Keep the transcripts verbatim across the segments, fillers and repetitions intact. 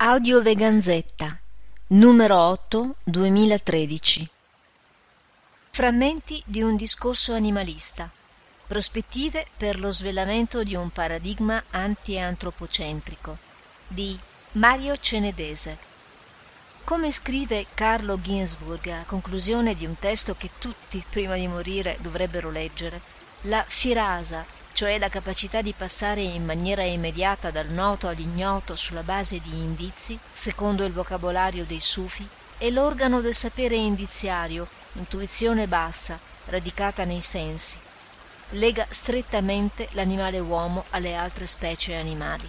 Audio Veganzetta, numero otto, duemilatredici. Frammenti di un discorso animalista. Prospettive per lo svelamento di un paradigma anti-antropocentrico di Mario Cenedese. Come scrive Carlo Ginzburg a conclusione di un testo che tutti, prima di morire, dovrebbero leggere, la firasa, cioè la capacità di passare in maniera immediata dal noto all'ignoto sulla base di indizi, secondo il vocabolario dei sufi, è l'organo del sapere indiziario, intuizione bassa, radicata nei sensi. Lega strettamente l'animale uomo alle altre specie animali.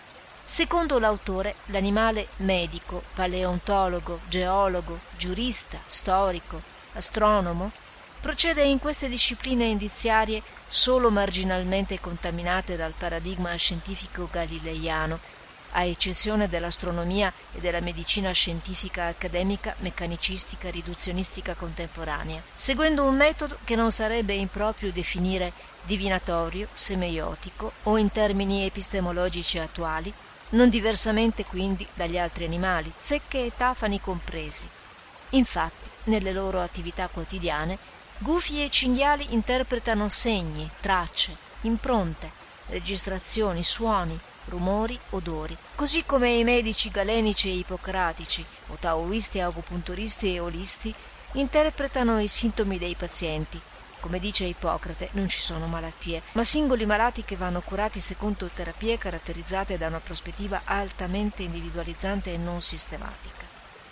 Secondo l'autore, l'animale medico, paleontologo, geologo, giurista, storico, astronomo, procede in queste discipline indiziarie solo marginalmente contaminate dal paradigma scientifico galileiano, a eccezione dell'astronomia e della medicina scientifica accademica, meccanicistica, riduzionistica contemporanea, seguendo un metodo che non sarebbe improprio definire divinatorio, semeiotico o in termini epistemologici attuali, non diversamente quindi dagli altri animali, zecche e tafani compresi. Infatti, nelle loro attività quotidiane, gufi e cinghiali interpretano segni, tracce, impronte, registrazioni, suoni, rumori, odori, così come i medici galenici e ippocratici, o taoisti, agopunturisti e olisti, interpretano i sintomi dei pazienti. Come dice Ippocrate, non ci sono malattie, ma singoli malati che vanno curati secondo terapie caratterizzate da una prospettiva altamente individualizzante e non sistematica.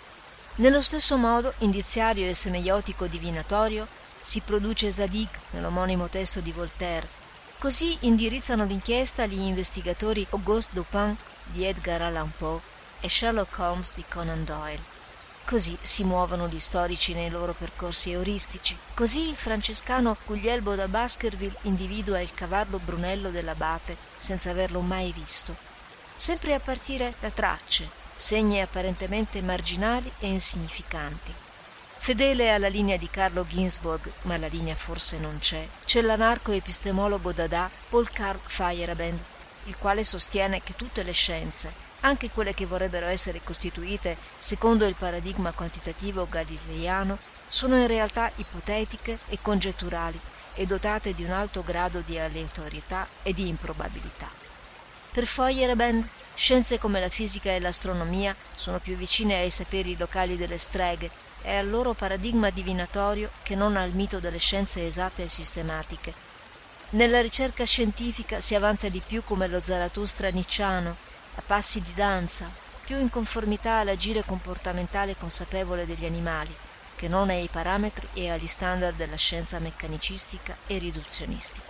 Nello stesso modo, indiziario e semeiotico divinatorio, si produce Zadig nell'omonimo testo di Voltaire. Così indirizzano l'inchiesta gli investigatori Auguste Dupin di Edgar Allan Poe e Sherlock Holmes di Conan Doyle. Così si muovono gli storici nei loro percorsi euristici. Così il francescano Guglielmo da Baskerville individua il cavallo Brunello dell'abate senza averlo mai visto, sempre a partire da tracce, segni apparentemente marginali e insignificanti. Fedele alla linea di Carlo Ginzburg, ma la linea forse non c'è, c'è l'anarco-epistemologo Dada Paul Karl Feyerabend, il quale sostiene che tutte le scienze, anche quelle che vorrebbero essere costituite secondo il paradigma quantitativo galileiano, sono in realtà ipotetiche e congetturali e dotate di un alto grado di aleatorietà e di improbabilità. Per Feyerabend, scienze come la fisica e l'astronomia sono più vicine ai saperi locali delle streghe e al loro paradigma divinatorio che non al mito delle scienze esatte e sistematiche. Nella ricerca scientifica si avanza di più come lo Zarathustra nicciano, a passi di danza, più in conformità all'agire comportamentale consapevole degli animali, che non ai parametri e agli standard della scienza meccanicistica e riduzionistica.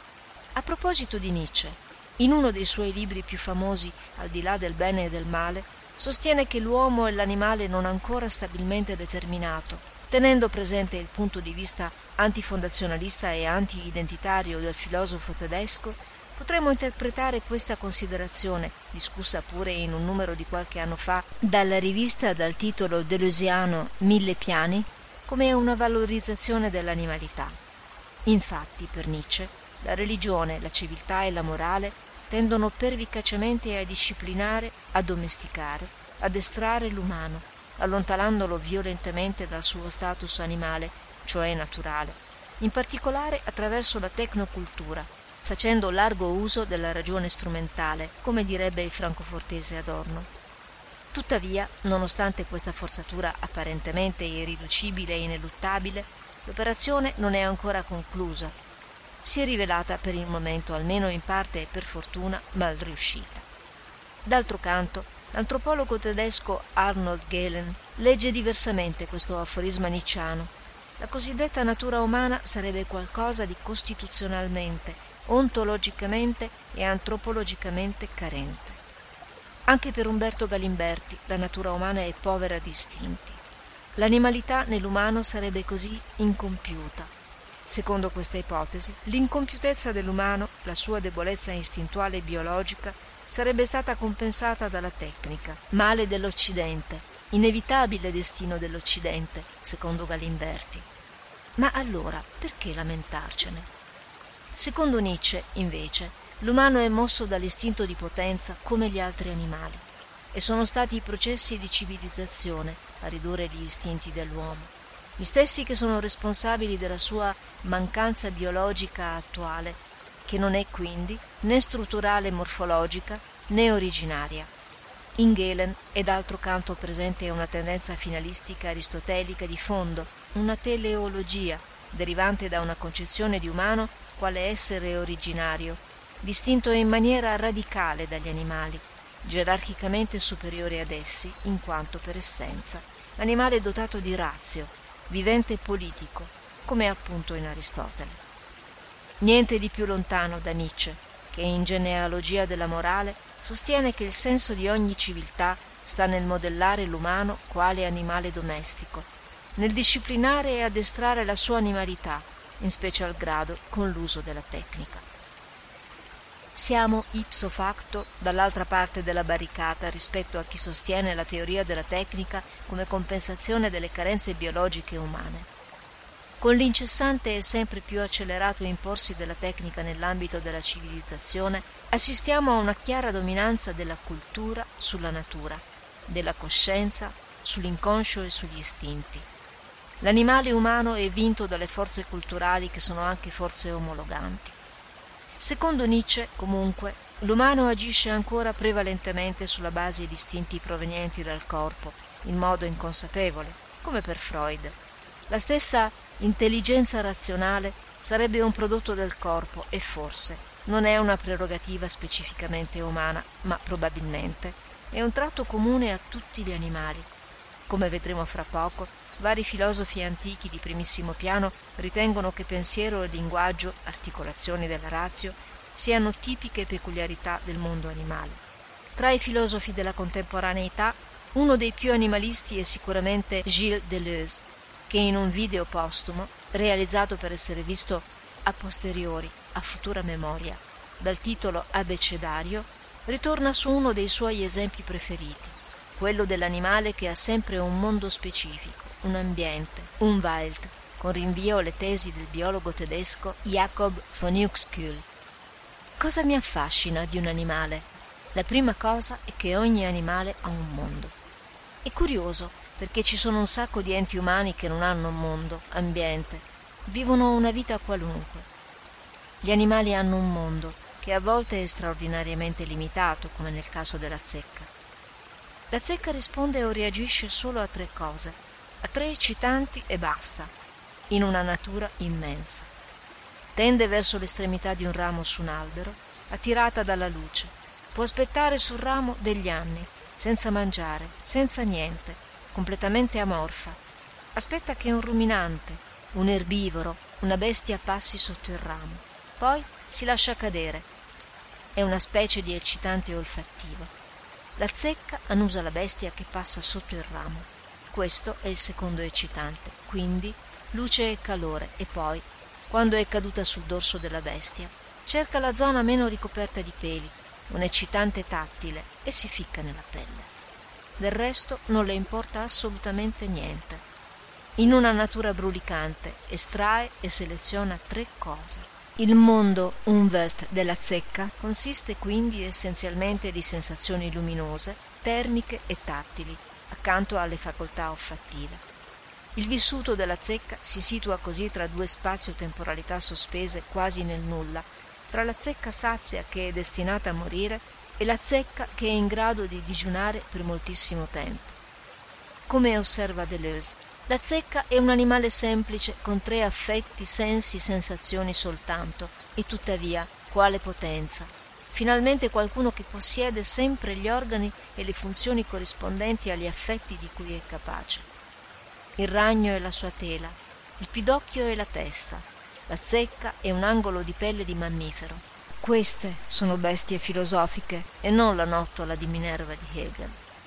A proposito di Nietzsche, in uno dei suoi libri più famosi, Al di là del bene e del male, sostiene che l'uomo e l'animale non ancora stabilmente determinato, tenendo presente il punto di vista antifondazionalista e anti-identitario del filosofo tedesco, potremmo interpretare questa considerazione, discussa pure in un numero di qualche anno fa dalla rivista dal titolo deleuziano Mille piani, come una valorizzazione dell'animalità. Infatti, per Nietzsche, la religione, la civiltà e la morale tendono pervicacemente a disciplinare, a domesticare, ad estrarre l'umano, allontanandolo violentemente dal suo status animale, cioè naturale, in particolare attraverso la tecnocultura, facendo largo uso della ragione strumentale, come direbbe il francofortese Adorno. Tuttavia, nonostante questa forzatura apparentemente irriducibile e ineluttabile, l'operazione non è ancora conclusa. Si è rivelata per il momento, almeno in parte e per fortuna, mal riuscita. D'altro canto, l'antropologo tedesco Arnold Gehlen legge diversamente questo aforisma nicciano. La cosiddetta natura umana sarebbe qualcosa di costituzionalmente, ontologicamente e antropologicamente carente. Anche per Umberto Galimberti la natura umana è povera di istinti. L'animalità nell'umano sarebbe così incompiuta. Secondo questa ipotesi, l'incompiutezza dell'umano, la sua debolezza istintuale e biologica, sarebbe stata compensata dalla tecnica, male dell'Occidente, inevitabile destino dell'Occidente, secondo Galimberti. Ma allora, perché lamentarcene? Secondo Nietzsche, invece, l'umano è mosso dall'istinto di potenza come gli altri animali. e sono stati i processi di civilizzazione a ridurre gli istinti dell'uomo, gli stessi che sono responsabili della sua mancanza biologica attuale, che non è quindi né strutturale morfologica né originaria. In Gehlen è d'altro canto presente una tendenza finalistica aristotelica di fondo, una teleologia derivante da una concezione di umano quale essere originario, distinto in maniera radicale dagli animali, gerarchicamente superiore ad essi in quanto per essenza animale dotato di razio, vivente e politico, come appunto in Aristotele. Niente di più lontano da Nietzsche, che in Genealogia della morale sostiene che il senso di ogni civiltà sta nel modellare l'umano quale animale domestico, nel disciplinare e addestrare la sua animalità, in special grado con l'uso della tecnica. Siamo ipso facto dall'altra parte della barricata rispetto a chi sostiene la teoria della tecnica come compensazione delle carenze biologiche umane. Con l'incessante e sempre più accelerato imporsi della tecnica nell'ambito della civilizzazione, assistiamo a una chiara dominanza della cultura sulla natura, della coscienza sull'inconscio e sugli istinti. L'animale umano è vinto dalle forze culturali che sono anche forze omologanti. Secondo Nietzsche, comunque, l'umano agisce ancora prevalentemente sulla base di istinti provenienti dal corpo, in modo inconsapevole, come per Freud. La stessa intelligenza razionale sarebbe un prodotto del corpo e forse non è una prerogativa specificamente umana, ma probabilmente è un tratto comune a tutti gli animali. Come vedremo fra poco, vari filosofi antichi di primissimo piano ritengono che pensiero e linguaggio, articolazioni della ratio, siano tipiche peculiarità del mondo animale. Tra i filosofi della contemporaneità, uno dei più animalisti è sicuramente Gilles Deleuze, che in un video postumo, realizzato per essere visto a posteriori, a futura memoria, dal titolo Abecedario, ritorna su uno dei suoi esempi preferiti, quello dell'animale che ha sempre un mondo specifico, un ambiente, un Wald, con rinvio alle tesi del biologo tedesco Jakob von Uexküll. Cosa mi affascina di un animale? La prima cosa è che ogni animale ha un mondo. È curioso perché ci sono un sacco di enti umani che non hanno un mondo, ambiente, vivono una vita qualunque. Gli animali hanno un mondo che a volte è straordinariamente limitato, come nel caso della zecca. La zecca risponde o reagisce solo a tre cose, a tre eccitanti e basta, in una natura immensa. Tende verso l'estremità di un ramo su un albero, attirata dalla luce. Può aspettare sul ramo degli anni, senza mangiare, senza niente, completamente amorfa. Aspetta che un ruminante, un erbivoro, una bestia passi sotto il ramo. Poi si lascia cadere. È una specie di eccitante olfattivo. La zecca annusa la bestia che passa sotto il ramo. Questo è il secondo eccitante, quindi luce e calore, e poi, quando è caduta sul dorso della bestia, cerca la zona meno ricoperta di peli, un eccitante tattile, e si ficca nella pelle. Del resto non le importa assolutamente niente. In una natura brulicante estrae e seleziona tre cose. Il mondo Umwelt della zecca consiste quindi essenzialmente di sensazioni luminose, termiche e tattili, accanto alle facoltà olfattive. Il vissuto della zecca si situa così tra due spazio-temporalità sospese quasi nel nulla, tra la zecca sazia che è destinata a morire e la zecca che è in grado di digiunare per moltissimo tempo. Come osserva Deleuze, la zecca è un animale semplice con tre affetti, sensi, sensazioni soltanto, e tuttavia, quale potenza! Finalmente qualcuno che possiede sempre gli organi e le funzioni corrispondenti agli affetti di cui è capace. Il ragno è la sua tela, il pidocchio è la testa, la zecca è un angolo di pelle di mammifero. Queste sono bestie filosofiche e non la nottola di Minerva di Hegel.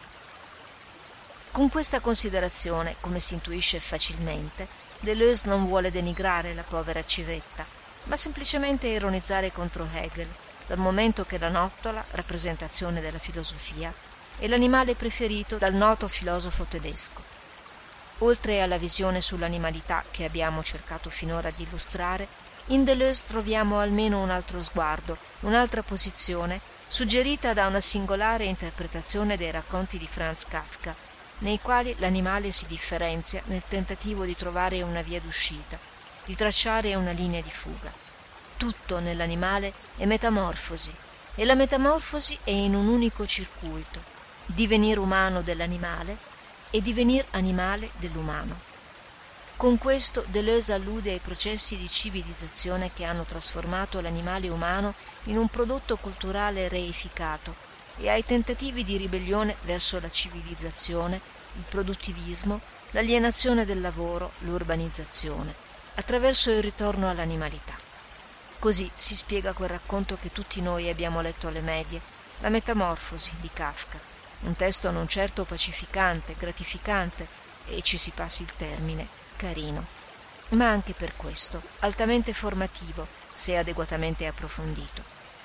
Con questa considerazione, come si intuisce facilmente, Deleuze non vuole denigrare la povera civetta, ma semplicemente ironizzare contro Hegel, dal momento che la nottola, rappresentazione della filosofia, è l'animale preferito dal noto filosofo tedesco. Oltre alla visione sull'animalità che abbiamo cercato finora di illustrare, in Deleuze troviamo almeno un altro sguardo, un'altra posizione suggerita da una singolare interpretazione dei racconti di Franz Kafka, nei quali l'animale si differenzia nel tentativo di trovare una via d'uscita, di tracciare una linea di fuga. Tutto nell'animale è metamorfosi, e la metamorfosi è in un unico circuito, divenir umano dell'animale e divenir animale dell'umano. Con questo Deleuze allude ai processi di civilizzazione che hanno trasformato l'animale umano in un prodotto culturale reificato e ai tentativi di ribellione verso la civilizzazione, il produttivismo, l'alienazione del lavoro, l'urbanizzazione, attraverso il ritorno all'animalità. Così si spiega quel racconto che tutti noi abbiamo letto alle medie, La Metamorfosi di Kafka, un testo non certo pacificante, gratificante e, ci si passi il termine, carino, ma anche per questo altamente formativo se adeguatamente approfondito.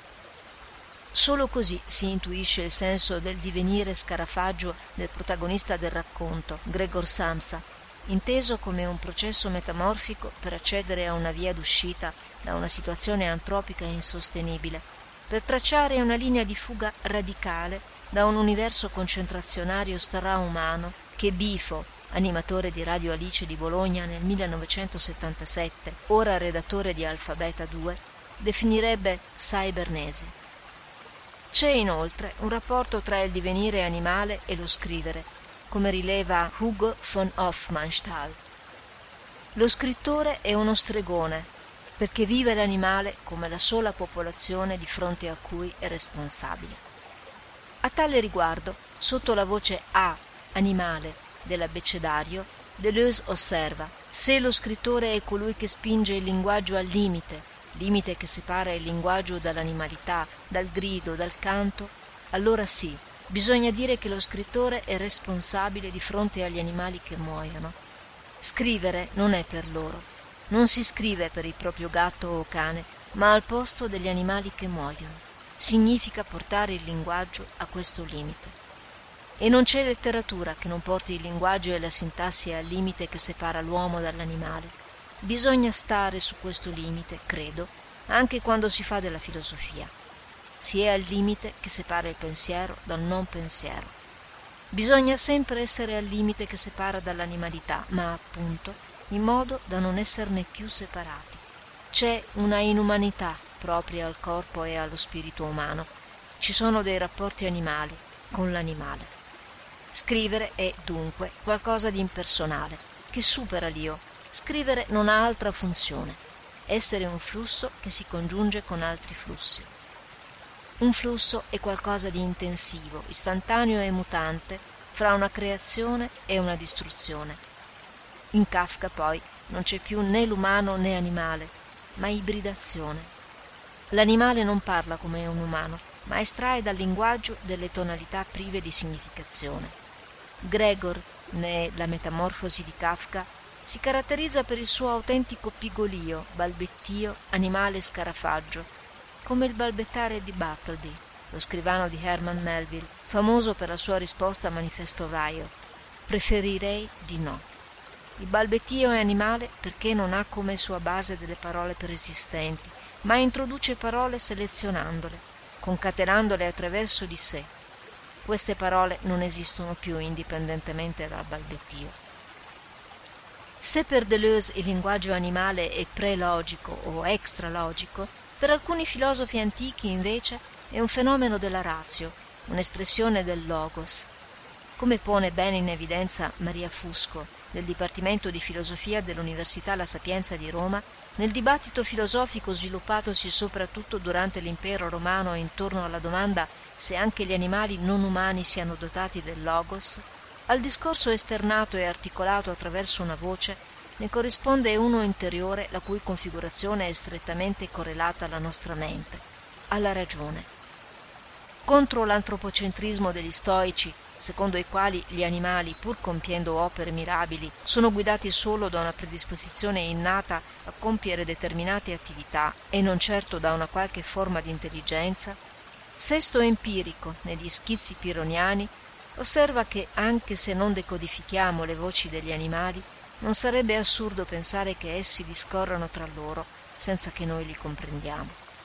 Solo così si intuisce il senso del divenire scarafaggio del protagonista del racconto, Gregor Samsa, inteso come un processo metamorfico per accedere a una via d'uscita da una situazione antropica e insostenibile, per tracciare una linea di fuga radicale da un universo concentrazionario straumano che Bifo, animatore di Radio Alice di Bologna nel millenovecentosettantasette, ora redattore di Alfabeta due, definirebbe cybernese. C'è inoltre un rapporto tra il divenire animale e lo scrivere, come rileva Hugo von Hofmannsthal. Lo scrittore è uno stregone, perché vive l'animale come la sola popolazione di fronte a cui è responsabile. A tale riguardo, sotto la voce A, animale, dell'abbecedario, Deleuze osserva: se lo scrittore è colui che spinge il linguaggio al limite, limite che separa il linguaggio dall'animalità, dal grido, dal canto, allora sì, bisogna dire che lo scrittore è responsabile di fronte agli animali che muoiono. Scrivere non è per loro, non si scrive per il proprio gatto o cane, ma al posto degli animali che muoiono. Significa portare il linguaggio a questo limite. E non c'è letteratura che non porti il linguaggio e la sintassi al limite che separa l'uomo dall'animale. Bisogna stare su questo limite, credo, anche quando si fa della filosofia. Si è al limite che separa il pensiero dal non pensiero. Bisogna sempre essere al limite che separa dall'animalità, ma appunto in modo da non esserne più separati. C'è una inumanità propria al corpo e allo spirito umano. Ci sono dei rapporti animali con l'animale. Scrivere è dunque qualcosa di impersonale, che supera l'io. Scrivere non ha altra funzione, essere un flusso che si congiunge con altri flussi. Un flusso è qualcosa di intensivo, istantaneo e mutante fra una creazione e una distruzione. In Kafka poi non c'è più né l'umano né animale, ma ibridazione. L'animale non parla come un umano, ma estrae dal linguaggio delle tonalità prive di significazione. Gregor, nella Metamorfosi di Kafka, si caratterizza per il suo autentico pigolio, balbettio, animale scarafaggio, come il balbettare di Bartleby, lo scrivano di Herman Melville, famoso per la sua risposta a Manifesto Riot: preferirei di no. Il balbettio è animale perché non ha come sua base delle parole preesistenti, ma introduce parole selezionandole, concatenandole attraverso di sé. Queste parole non esistono più indipendentemente dal balbettio. Se per Deleuze il linguaggio animale è prelogico o extralogico, per alcuni filosofi antichi invece è un fenomeno della ratio, un'espressione del logos. Come pone bene in evidenza Maria Fusco, del Dipartimento di Filosofia dell'Università La Sapienza di Roma, nel dibattito filosofico sviluppatosi soprattutto durante l'impero romano intorno alla domanda se anche gli animali non umani siano dotati del logos, al discorso esternato e articolato attraverso una voce ne corrisponde uno interiore la cui configurazione è strettamente correlata alla nostra mente, alla ragione. Contro l'antropocentrismo degli stoici, secondo i quali gli animali, pur compiendo opere mirabili, sono guidati solo da una predisposizione innata a compiere determinate attività e non certo da una qualche forma di intelligenza, Sesto Empirico, negli schizzi pironiani, osserva che, anche se non decodifichiamo le voci degli animali, non sarebbe assurdo pensare che essi discorrano tra loro senza che noi li comprendiamo.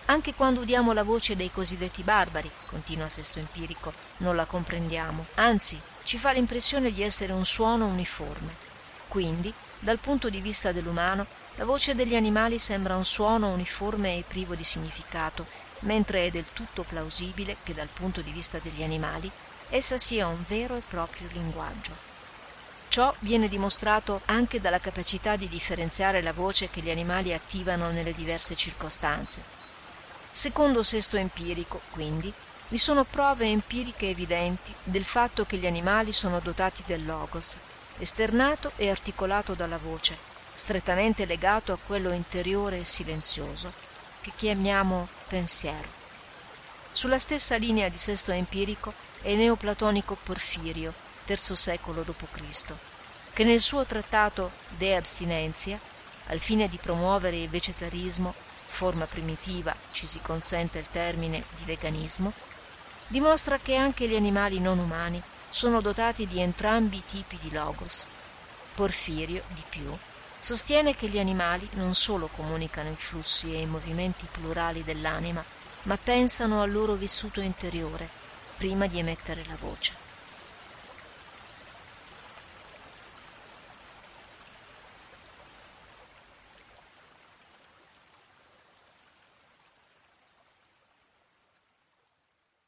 Anche quando udiamo la voce dei cosiddetti barbari, continua Sesto Empirico, non la comprendiamo, anzi ci fa l'impressione di essere un suono uniforme. Quindi, dal punto di vista dell'umano, la voce degli animali sembra un suono uniforme e privo di significato, mentre è del tutto plausibile che dal punto di vista degli animali essa sia un vero e proprio linguaggio. Ciò viene dimostrato anche dalla capacità di differenziare la voce che gli animali attivano nelle diverse circostanze. Secondo Sesto Empirico, quindi, vi sono prove empiriche evidenti del fatto che gli animali sono dotati del logos, esternato e articolato dalla voce, strettamente legato a quello interiore e silenzioso, che chiamiamo pensiero. Sulla stessa linea di Sesto Empirico è il neoplatonico Porfirio, terzo secolo dopo Cristo, che nel suo trattato De Abstinentia, al fine di promuovere il vegetarismo, forma primitiva, ci si consente il termine, di veganismo, dimostra che anche gli animali non umani sono dotati di entrambi i tipi di logos. Porfirio, di più, sostiene che gli animali non solo comunicano i flussi e i movimenti plurali dell'anima, ma pensano al loro vissuto interiore prima di emettere la voce.